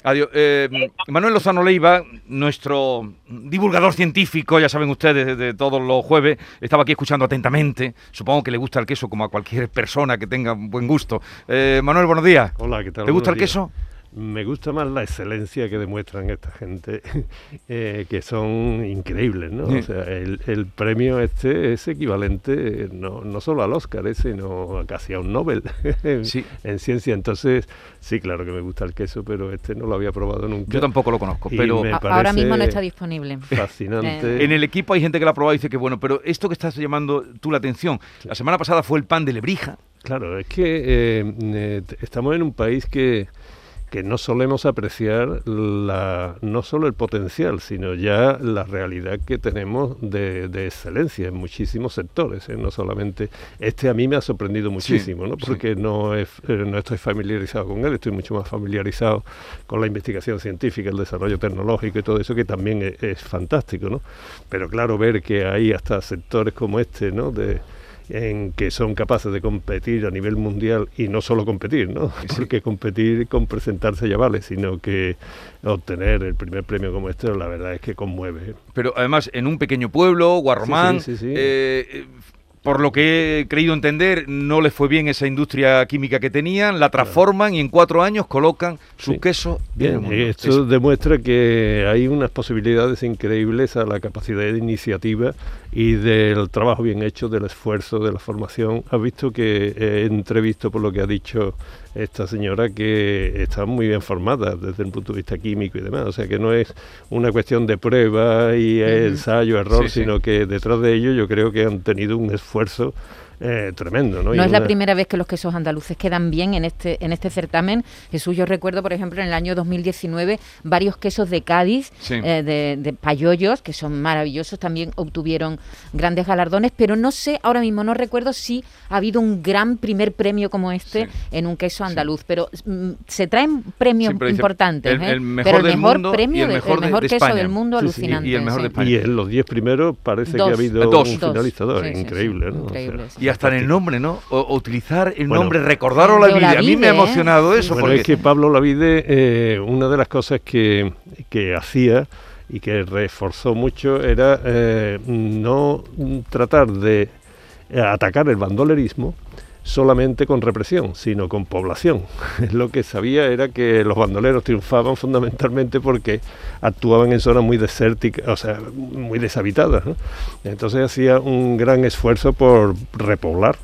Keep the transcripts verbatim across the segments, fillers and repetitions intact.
Adiós. Eh, Manuel Lozano Leiva, nuestro divulgador científico, ya saben ustedes, de, de todos los jueves, estaba aquí escuchando atentamente. Supongo que le gusta el queso como a cualquier persona que tenga un buen gusto. Eh, Manuel, buenos días. Hola, ¿qué tal? ¿Te gusta el Buenos queso? Me gusta más la excelencia que demuestran esta gente, eh, que son increíbles, ¿no? Sí. O sea, el, el premio este es equivalente no, no solo al Oscar, eh, sino casi a un Nobel Sí. en ciencia. Entonces, sí, claro que me gusta el queso, pero este no lo había probado nunca. Yo tampoco lo conozco, Y pero me A- Ahora parece mismo no está disponible. fascinante. Eh, en el equipo hay gente que lo ha probado y dice que bueno, pero esto que estás llamando tú la atención, la semana pasada fue el pan de Lebrija. Claro, es que eh, eh, estamos en un país que, que no solemos apreciar la, no solo el potencial, sino ya la realidad que tenemos de, de excelencia en muchísimos sectores, ¿eh? No solamente este. A mí me ha sorprendido muchísimo, Sí, ¿no? Porque sí. no, es, eh, no estoy familiarizado con él, estoy mucho más familiarizado con la investigación científica, el desarrollo tecnológico y todo eso, que también es, es fantástico, ¿no? Pero claro, ver que hay hasta sectores como este, ¿no? De, en que son capaces de competir a nivel mundial, y no solo competir, ¿no? Sí. Porque competir con presentarse ya vale, sino que obtener el primer premio como este, la verdad es que conmueve. Pero además en un pequeño pueblo, Guarromán, Sí, sí, sí, sí. eh, eh, por lo que he creído entender, no les fue bien esa industria química que tenían, la transforman y en cuatro años colocan su Sí. queso en el Bien, mundo. esto Eso. demuestra que hay unas posibilidades increíbles a la capacidad de iniciativa y del trabajo bien hecho, del esfuerzo, de la formación. Has visto que he entrevisto, por lo que ha dicho esta señora, que está muy bien formada desde el punto de vista químico y demás. O sea, que no es una cuestión de prueba y Ujú. ensayo, error, Sí, sí. sino que detrás de ello yo creo que han tenido un esfuerzo Eh, tremendo, ¿no? No Y es la una- primera vez que los quesos andaluces quedan bien en este en este certamen. Jesús, yo recuerdo, por ejemplo, en el año dos mil diecinueve, varios quesos de Cádiz, Sí. eh, de, de payollos, que son maravillosos, también obtuvieron grandes galardones, pero no sé, ahora mismo no recuerdo si ha habido un gran primer premio como este Sí. en un queso andaluz, pero mm, se traen premios Siempre dice, importantes, el- ¿eh? el mejor pero el del mejor mundo y premio, el de- mejor de- de queso España. del mundo, Sí, sí, alucinante. y el mejor de sí. España. Y en los diez primeros parece Dos. que ha habido Dos. un Dos. finalizador. Sí, sí, sí, Increíble, ¿no? increíble, O sea, sí. Y hasta en el nombre, ¿no? O, o utilizar el Bueno, nombre, recordar la de vida. A mí me ha Olavide, ¿eh? emocionado eso. Bueno, porque es que Pablo Olavide, eh, una de las cosas que, que hacía y que reforzó mucho era eh, no tratar de eh, atacar el bandolerismo solamente con represión, sino con población. Lo que sabía era que los bandoleros triunfaban fundamentalmente porque actuaban en zonas muy desérticas, o sea, muy deshabitadas, ¿no? Entonces hacía un gran esfuerzo por repoblar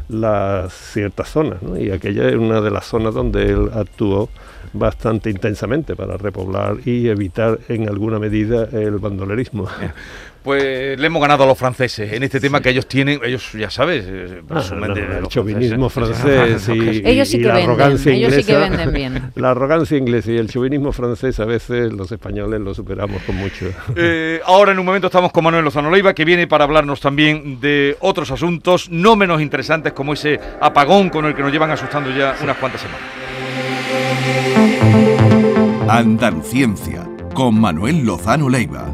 las ciertas zonas, ¿no? Y aquella es una de las zonas donde él actuó bastante intensamente para repoblar y evitar en alguna medida el bandolerismo. pues le hemos ganado a los franceses en este tema que ellos tienen, ellos ya sabes, eh, Ah, presumen no, de el los chauvinismo franceses. francés y, Ellos sí y que la venden, arrogancia ellos sí que inglesa, venden bien. la arrogancia inglesa y el chauvinismo francés, a veces los españoles lo superamos con mucho. Eh, ahora en un momento estamos con Manuel Lozano Leiva, que viene para hablarnos también de otros asuntos no menos interesantes, como ese apagón con el que nos llevan asustando ya unas cuantas semanas. Andaluciencia, con Manuel Lozano Leiva.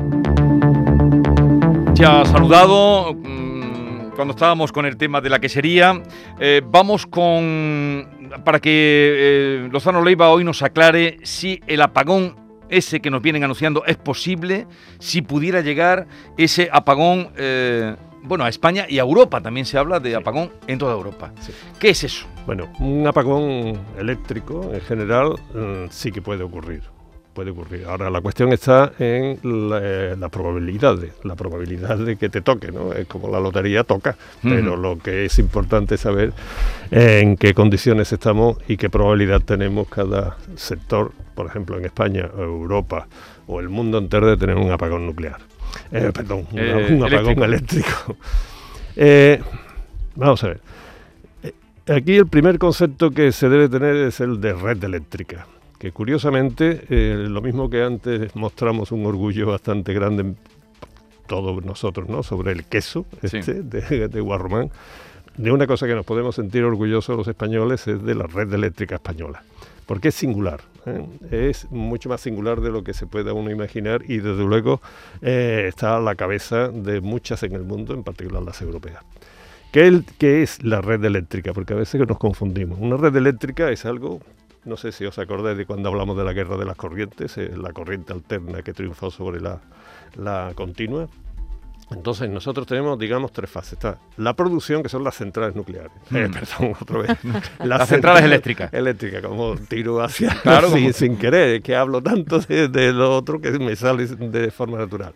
Ya saludado mmm, cuando estábamos con el tema de la quesería. Eh, vamos con para que eh, Lozano Leiva hoy nos aclare si el apagón ese que nos vienen anunciando es posible, si pudiera llegar ese apagón eh, bueno, a España y a Europa. También se habla de Sí. apagón en toda Europa. Sí. ¿Qué es eso? Bueno, un apagón eléctrico en general eh, sí que puede ocurrir. Puede ocurrir. Ahora, la cuestión está en la, eh, la probabilidad, de, la probabilidad de que te toque, ¿no? Es como la lotería toca, Uh-huh. pero lo que es importante es saber eh, en qué condiciones estamos y qué probabilidad tenemos cada sector, por ejemplo en España, o Europa o el mundo entero, de tener un apagón nuclear. Eh, perdón, una- Eh, un apagón eléctrico. eléctrico. Eh, vamos a ver. Eh, Aquí el primer concepto que se debe tener es el de red eléctrica, que curiosamente, eh, lo mismo que antes mostramos un orgullo bastante grande en todos nosotros, ¿no?, sobre el queso este, Sí. de, de Guarromán, de una cosa que nos podemos sentir orgullosos los españoles es de la red eléctrica española, porque es singular, ¿eh? Es mucho más singular de lo que se pueda uno imaginar y desde luego eh, está a la cabeza de muchas en el mundo, en particular las europeas. ¿Qué, el, ¿Qué es la red eléctrica? Porque a veces nos confundimos. Una red eléctrica es algo No sé si os acordáis de cuando hablamos de la guerra de las corrientes, eh, la corriente alterna que triunfó sobre la, la continua. Entonces nosotros tenemos, digamos, tres fases. Está la producción, que son las centrales nucleares. Mm. Eh, perdón, otra vez. Las, las centrales eléctricas. Eléctricas, como tiro hacia... Claro, sin, como... sin querer, que hablo tanto de, de lo otro que me sale de forma natural.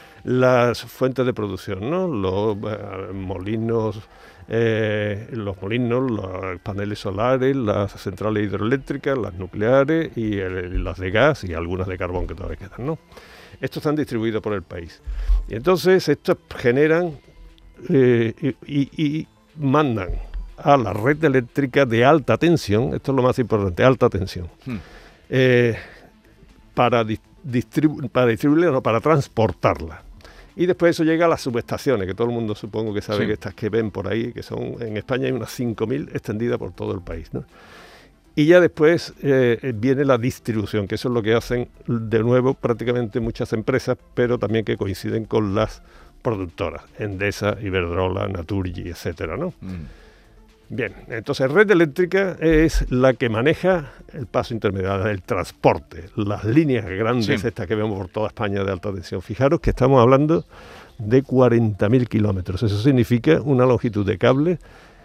Las fuentes de producción, ¿no? Los eh, molinos, eh, los molinos, los paneles solares, las centrales hidroeléctricas, las nucleares y el, las de gas y algunas de carbón que todavía quedan, ¿no? Estos están distribuidos por el país. Y entonces estos generan eh, y, y, y mandan a la red eléctrica de alta tensión, esto es lo más importante, alta tensión, hmm. eh, para, distribu- para distribuirla, no, para transportarla. Y después eso llega a las subestaciones, que todo el mundo supongo que sabe sí. que estas que ven por ahí, que son en España hay unas cinco mil extendidas por todo el país, ¿no? Y ya después eh, viene la distribución, que eso es lo que hacen de nuevo prácticamente muchas empresas, pero también que coinciden con las productoras, Endesa, Iberdrola, Naturgy, etcétera, ¿no? Mm. Bien, entonces red eléctrica es la que maneja el paso intermedio, el transporte, las líneas grandes sí. estas que vemos por toda España de alta tensión. Fijaros que estamos hablando de cuarenta mil kilómetros, eso significa una longitud de cable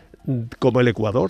como el Ecuador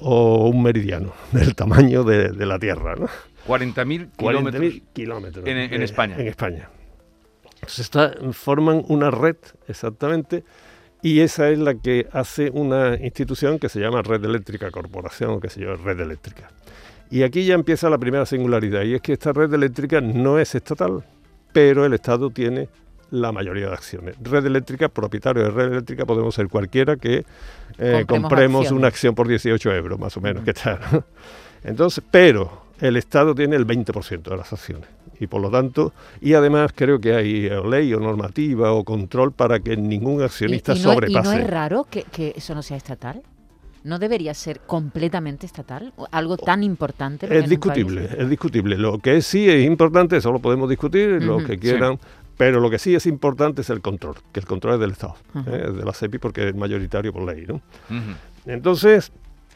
o un meridiano del tamaño de, de la Tierra, ¿no? cuarenta mil kilómetros en, en España. En España. Entonces está, forman una red, exactamente, y esa es la que hace una institución que se llama Red Eléctrica Corporación, o qué sé yo, Red Eléctrica. Y aquí ya empieza la primera singularidad, y es que esta red eléctrica no es estatal, pero el Estado tiene la mayoría de acciones. Red eléctrica, propietario de red eléctrica, podemos ser cualquiera que eh, compremos acciones. Una acción por dieciocho euros, más o menos, uh-huh. que tal, ¿no? Entonces, pero el Estado tiene el veinte por ciento de las acciones. Y por lo tanto, y además creo que hay ley o normativa o control para que ningún accionista ¿Y, y no, sobrepase. ¿Y no es raro que, que eso no sea estatal? ¿No debería ser completamente estatal? ¿Algo tan importante? Es discutible, es discutible. Lo que sí es importante, eso lo podemos discutir, uh-huh. lo que quieran... Sí. Pero lo que sí es importante es el control, que el control es del Estado, uh-huh. ¿eh? de la SEPI, porque es mayoritario por ley, ¿no? Uh-huh. Entonces,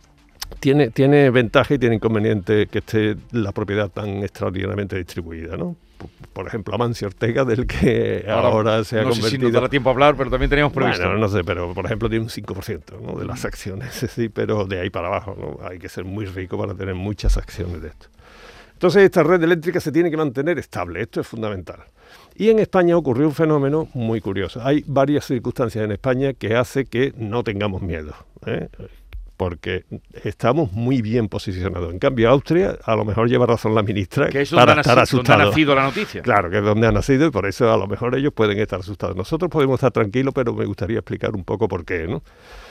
tiene, tiene ventaja y tiene inconveniente que esté la propiedad tan extraordinariamente distribuida, ¿no? Por, por ejemplo, Amancio Ortega, del que ahora, ahora se ha no convertido... No sé si nos dará tiempo a hablar, pero también teníamos previsto. Bueno, no sé, pero por ejemplo tiene un cinco por ciento, ¿no? de las acciones, sí, pero de ahí para abajo, ¿no? Hay que ser muy rico para tener muchas acciones de esto. Entonces, esta red eléctrica se tiene que mantener estable, esto es fundamental. Y en España ocurrió un fenómeno muy curioso. Hay varias circunstancias en España que hace que no tengamos miedo, ¿eh? porque estamos muy bien posicionados. En cambio, Austria, a lo mejor lleva razón la ministra, que eso para donde estar asustados. Donde ha nacido la noticia. Claro, que es donde ha nacido y por eso a lo mejor ellos pueden estar asustados. Nosotros podemos estar tranquilos, pero me gustaría explicar un poco por qué, ¿no?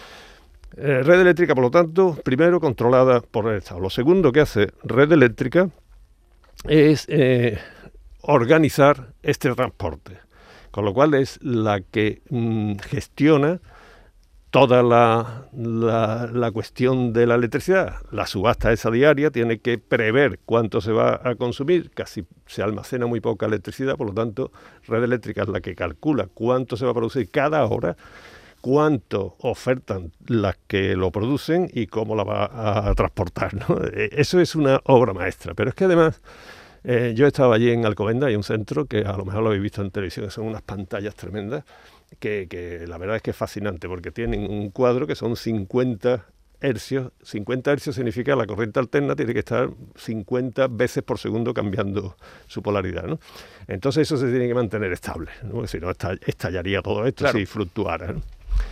Eh, red eléctrica, por lo tanto, primero controlada por el Estado. Lo segundo que hace Red Eléctrica es... Eh, organizar este transporte, con lo cual es la que mmm, gestiona toda la, la, la cuestión de la electricidad. La subasta esa diaria tiene que prever cuánto se va a consumir, casi se almacena muy poca electricidad, por lo tanto, Red Eléctrica es la que calcula cuánto se va a producir cada hora, cuánto ofertan las que lo producen y cómo la va a transportar, ¿no? Eso es una obra maestra, pero es que además... Eh, yo estaba allí en Alcobendas, hay un centro que a lo mejor lo habéis visto en televisión, que son unas pantallas tremendas, que, que la verdad es que es fascinante, porque tienen un cuadro que son cincuenta hercios. cincuenta hercios significa la corriente alterna tiene que estar cincuenta veces por segundo cambiando su polaridad, ¿no? Entonces eso se tiene que mantener estable, ¿no? Porque si no estallaría todo esto, claro, si fluctuara, ¿no?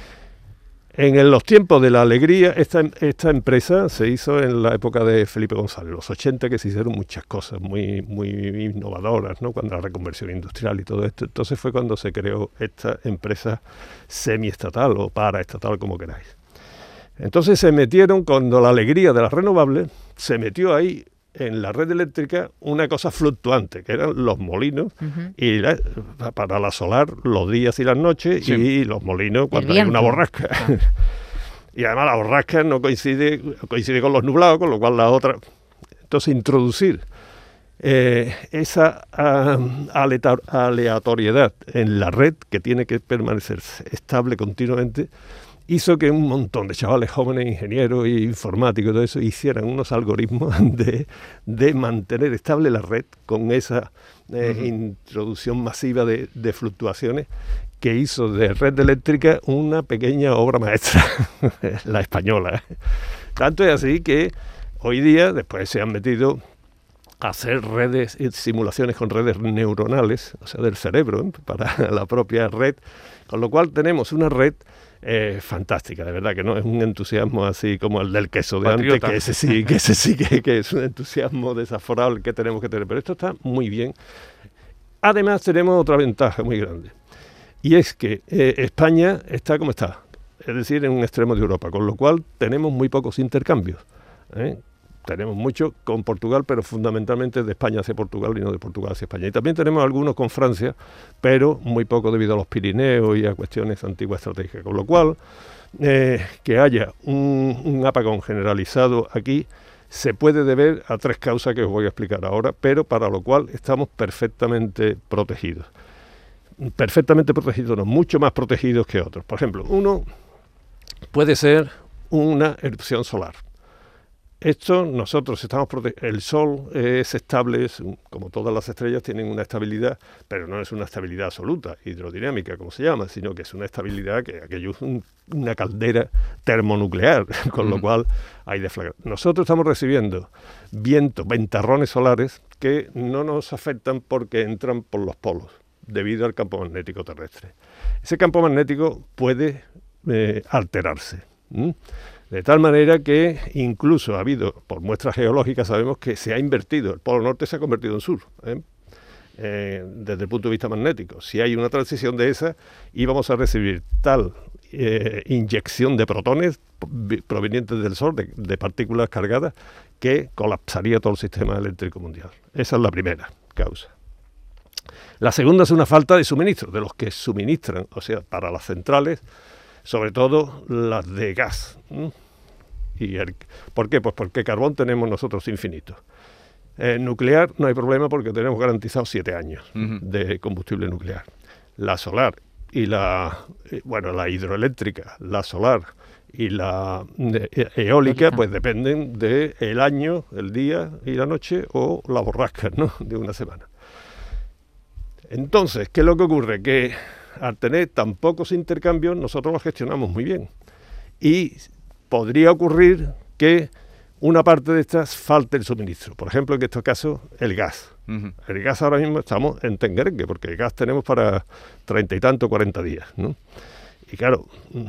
En los tiempos de la alegría, esta, esta empresa se hizo en la época de Felipe González, los ochenta, que se hicieron muchas cosas muy, muy innovadoras, ¿no? Cuando la reconversión industrial y todo esto. Entonces fue cuando se creó esta empresa semiestatal o paraestatal, como queráis. Entonces se metieron, cuando la alegría de las renovables, se metió ahí en la red eléctrica una cosa fluctuante, que eran los molinos, uh-huh. y la, para la solar los días y las noches, sí. y los molinos cuando hay una borrasca. Ah. Y además la borrasca no coincide, coincide con los nublados, con lo cual la otra... Entonces introducir eh, esa uh, aleatoriedad en la red, que tiene que permanecer estable continuamente, hizo que un montón de chavales jóvenes, ingenieros e informáticos y todo eso, hicieran unos algoritmos de, de mantener estable la red con esa eh, uh-huh. introducción masiva de, de fluctuaciones, que hizo de red eléctrica una pequeña obra maestra, la española. Tanto es así que hoy día, después se han metido a hacer redes, simulaciones con redes neuronales, o sea, del cerebro, ¿eh? para la propia red, con lo cual tenemos una red eh, fantástica, de verdad, que no es un entusiasmo así como el del queso de Patriota. antes, que ese sí, que ese sí que, que es un entusiasmo desaforable que tenemos que tener, pero esto está muy bien. Además tenemos otra ventaja muy grande, y es que eh, España está como está, es decir, en un extremo de Europa, con lo cual tenemos muy pocos intercambios, ¿eh? Tenemos mucho con Portugal, pero fundamentalmente de España hacia Portugal y no de Portugal hacia España. Y también tenemos algunos con Francia, pero muy poco debido a los Pirineos y a cuestiones antiguas estratégicas. Con lo cual, eh, que haya un, un apagón generalizado aquí se puede deber a tres causas que os voy a explicar ahora, pero para lo cual estamos perfectamente protegidos. Perfectamente protegidos, no, mucho más protegidos que otros. Por ejemplo, uno puede ser una erupción solar. Esto nosotros estamos protegidos. El Sol es estable, es, como todas las estrellas tienen una estabilidad, pero no es una estabilidad absoluta, hidrodinámica como se llama, sino que es una estabilidad que aquello es un, una caldera termonuclear, con mm. lo cual hay deflagración. Nosotros estamos recibiendo vientos, ventarrones solares que no nos afectan porque entran por los polos, debido al campo magnético terrestre. Ese campo magnético puede eh, alterarse. ¿Mm? De tal manera que incluso ha habido, por muestras geológicas, sabemos que se ha invertido, el polo norte se ha convertido en sur, ¿eh? Eh, desde el punto de vista magnético. Si hay una transición de esa, íbamos a recibir tal eh, inyección de protones provenientes del Sol, de, de partículas cargadas, que colapsaría todo el sistema eléctrico mundial. Esa es la primera causa. La segunda es una falta de suministro, de los que suministran, o sea, para las centrales, sobre todo las de gas. ¿Mm? ¿Y el, por qué? Pues porque carbón tenemos nosotros infinito. Eh, nuclear no hay problema porque tenemos garantizados siete años uh-huh. de combustible nuclear. La solar y la, eh, bueno, la hidroeléctrica, la solar y la eh, eólica, eólica, pues dependen del año, el día y la noche o la borrasca, ¿no? de una semana. Entonces, ¿qué es lo que ocurre? Que al tener tan pocos intercambios, nosotros los gestionamos muy bien. Y podría ocurrir que una parte de estas falte el suministro. Por ejemplo, en estos casos, el gas. Uh-huh. El gas ahora mismo estamos en tenguerengue, porque el gas tenemos para treinta y tanto, cuarenta días, ¿no? Y claro,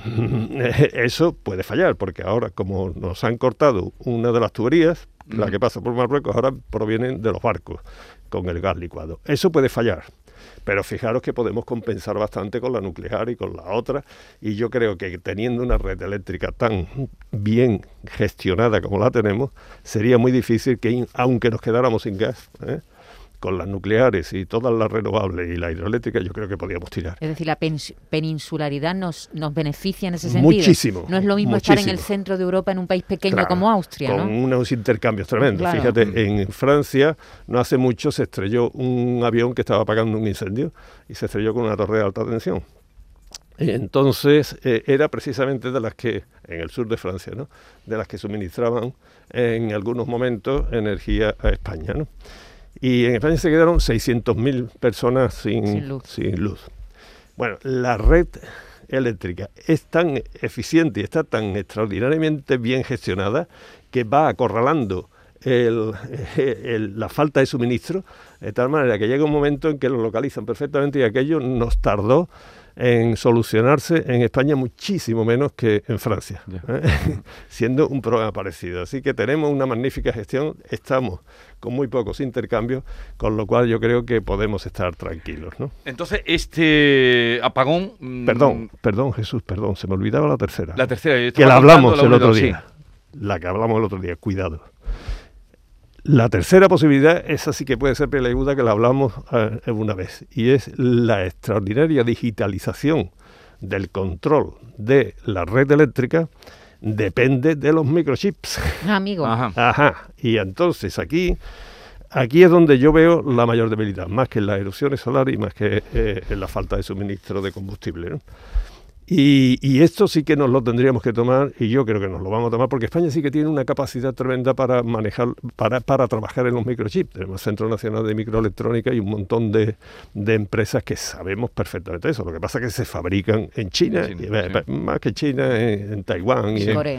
eso puede fallar, porque ahora, como nos han cortado una de las tuberías, uh-huh. la que pasa por Marruecos, ahora provienen de los barcos con el gas licuado. Eso puede fallar. Pero fijaros que podemos compensar bastante con la nuclear y con la otra, y yo creo que teniendo una red eléctrica tan bien gestionada como la tenemos, sería muy difícil que, aunque nos quedáramos sin gas, ¿eh? con las nucleares y todas las renovables y la hidroeléctrica, yo creo que podíamos tirar. Es decir, la peninsularidad nos, nos beneficia en ese sentido. Muchísimo. No es lo mismo muchísimo. Estar en el centro de Europa, en un país pequeño claro, como Austria, con ¿no? Con unos intercambios tremendos. Claro. Fíjate, en Francia no hace mucho se estrelló un avión que estaba apagando un incendio y se estrelló con una torre de alta tensión. Entonces, eh, era precisamente de las que, en el sur de Francia, ¿no? de las que suministraban en algunos momentos energía a España, ¿no? Y en España se quedaron seiscientas mil personas sin, sin, luz. sin luz. Bueno, la red eléctrica es tan eficiente y está tan extraordinariamente bien gestionada que va acorralando el, el, la falta de suministro, de tal manera que llega un momento en que lo localizan perfectamente y aquello nos tardó en solucionarse en España muchísimo menos que en Francia, ¿eh? siendo un problema parecido. Así que tenemos una magnífica gestión, estamos con muy pocos intercambios, con lo cual yo creo que podemos estar tranquilos, ¿no? Entonces, este apagón... Mmm... Perdón, perdón, Jesús, perdón, se me olvidaba la tercera. La tercera. Que la hablamos el otro día. Sí. La que hablamos el otro día, cuidado. La tercera posibilidad, esa sí que puede ser peleaguda, que la hablamos eh, una vez, y es la extraordinaria digitalización del control de la red eléctrica, depende de los microchips. Amigo. Ajá. Ajá. Y entonces aquí, aquí es donde yo veo la mayor debilidad, más que en las erupciones solares y más que eh, en la falta de suministro de combustible, ¿no? Y, y esto sí que nos lo tendríamos que tomar, y yo creo que nos lo vamos a tomar, porque España sí que tiene una capacidad tremenda para manejar, para, para trabajar en los microchips. Tenemos Centro Nacional de Microelectrónica y un montón de, de empresas que sabemos perfectamente eso. Lo que pasa es que se fabrican en China, en China y, sí. más que China, en, en Taiwán, sí. y en, Corea.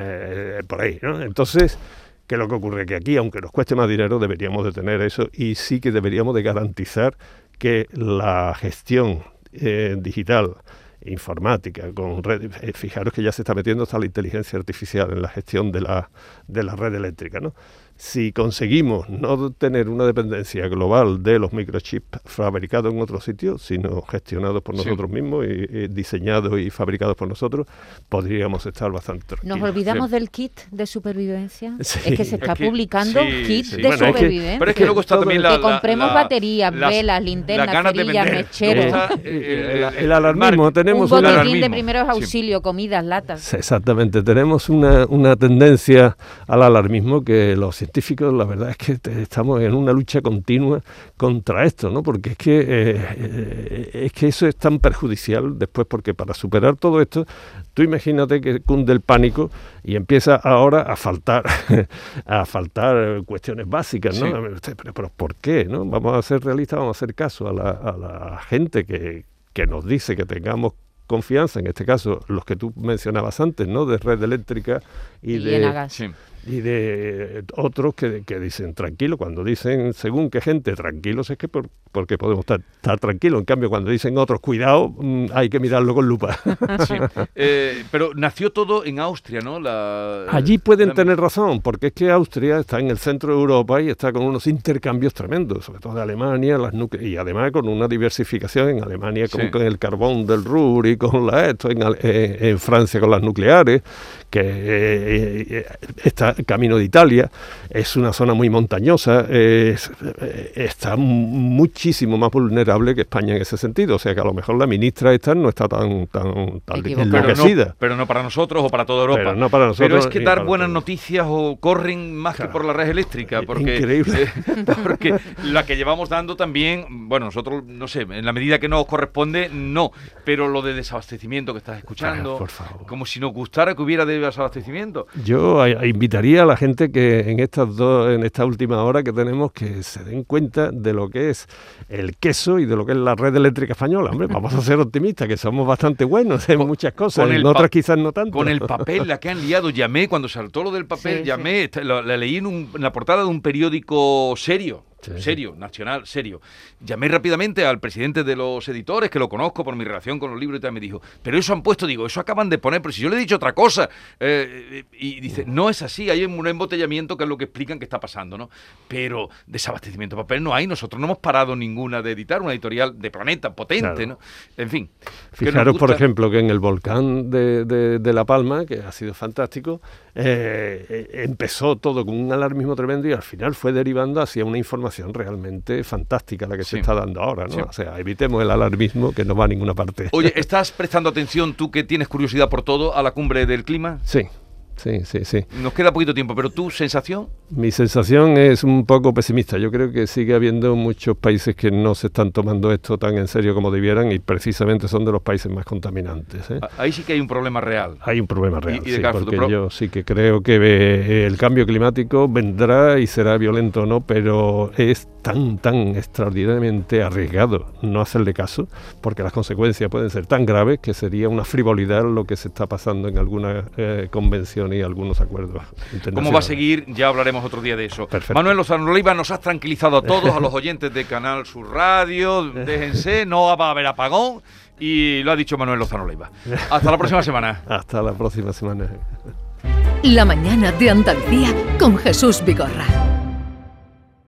Eh, por ahí, ¿no? Entonces, ¿qué es lo que ocurre? Que aquí, aunque nos cueste más dinero, deberíamos de tener eso, y sí que deberíamos de garantizar que la gestión eh, digital, informática, con red, eh, fijaros que ya se está metiendo hasta la inteligencia artificial en la gestión de la, de la red eléctrica, ¿no? Si conseguimos no tener una dependencia global de los microchips fabricados en otros sitios, sino gestionados por nosotros sí. mismos, y, y diseñados y fabricados por nosotros, podríamos estar bastante tranquilos. ¿Nos olvidamos sí. del kit de supervivencia? Sí. Es que se está es que, publicando sí, kits sí. de Bueno, supervivencia. Es que, pero es que luego está también la... Que compremos la, baterías, las, velas, linternas, cerillas, mecheros. Está, eh, el, el alarmismo, tenemos un botiquín alarmismo. de primeros auxilios, sí. comidas, latas. Exactamente, tenemos una, una tendencia al alarmismo que los científicos, la verdad es que te, estamos en una lucha continua contra esto, ¿no? Porque es que, eh, eh, es que eso es tan perjudicial después, porque para superar todo esto, tú imagínate que cunde el pánico y empieza ahora a faltar a faltar cuestiones básicas, ¿no? Sí. Pero, pero ¿por qué? ¿No? Vamos a ser realistas, vamos a hacer caso a la, a la gente que, que nos dice que tengamos confianza, en este caso los que tú mencionabas antes, ¿no? De red eléctrica y, y de sí. y de otros que, que dicen tranquilo. Cuando dicen según qué gente tranquilos es que por, porque podemos estar, estar tranquilos. En cambio, cuando dicen otros cuidado, mmm, hay que mirarlo con lupa. Sí. Eh, pero nació todo en Austria, ¿no? La, Allí pueden la... tener razón, porque es que Austria está en el centro de Europa y está con unos intercambios tremendos, sobre todo de Alemania, las nucle- y además con una diversificación en Alemania con, sí. con el carbón del Ruhr y con la esto, en, eh, en Francia con las nucleares, que eh, eh, está camino de Italia, es una zona muy montañosa, eh, eh, está muchísimo más vulnerable que España en ese sentido, o sea que a lo mejor la ministra esta no está tan, tan, tan enloquecida. Pero no, pero no para nosotros o para toda Europa. Pero, no para nosotros, pero es que dar buenas todos. noticias o corren más claro. que por la red eléctrica, porque, increíble. Eh, porque la que llevamos dando también, bueno, nosotros, no sé, en la medida que nos corresponde, no, pero lo de desabastecimiento que estás escuchando, claro, por favor. Como si nos gustara que hubiera desabastecimiento. Yo a, a invitaría a la gente que en estas dos, en esta última hora que tenemos, que se den cuenta de lo que es el queso y de lo que es la red eléctrica española. Hombre, vamos a ser optimistas, que somos bastante buenos en con, muchas cosas, en otras quizás no tanto. Con el papel, la que han liado, llamé, cuando saltó lo del papel, sí, llamé, sí. La, la leí en, un, en la portada de un periódico serio. Sí. Serio, nacional, serio. Llamé rápidamente al presidente de los editores, que lo conozco por mi relación con los libros y tal, me dijo, pero eso han puesto, digo, eso acaban de poner, pero si yo le he dicho otra cosa. Eh, y dice, no es así, hay un embotellamiento que es lo que explican que está pasando, ¿no? Pero desabastecimiento de papel no hay, nosotros no hemos parado ninguna de editar, una editorial de Planeta, potente, claro. ¿no? En fin. Fijaros, por ejemplo, que en el volcán de, de, de La Palma, que ha sido fantástico, eh, empezó todo con un alarmismo tremendo y al final fue derivando hacia una información realmente fantástica la que sí. se está dando ahora, ¿no? Sí. O sea, evitemos el alarmismo que no va a ninguna parte. Oye, ¿estás prestando atención, tú que tienes curiosidad por todo, a la cumbre del clima? Sí. Sí, sí, sí. Nos queda poquito tiempo, pero ¿tu sensación? Mi sensación es un poco pesimista. Yo creo que sigue habiendo muchos países que no se están tomando esto tan en serio como debieran y precisamente son de los países más contaminantes, ¿eh? Ahí sí que hay un problema real. Hay un problema real, y, y sí, porque futuro. yo sí que creo que eh, el cambio climático vendrá y será violento o no, pero es tan, tan extraordinariamente arriesgado no hacerle caso, porque las consecuencias pueden ser tan graves que sería una frivolidad lo que se está pasando en alguna eh, convención y algunos acuerdos internacionales. ¿Cómo va a seguir? Ya hablaremos otro día de eso. Perfecto. Manuel Lozano Leiva, nos has tranquilizado a todos, a los oyentes de Canal Sur Radio, déjense, no va a haber apagón, y lo ha dicho Manuel Lozano Leiva. Hasta la próxima semana. Hasta la próxima semana. La mañana de Andalucía con Jesús Vigorra.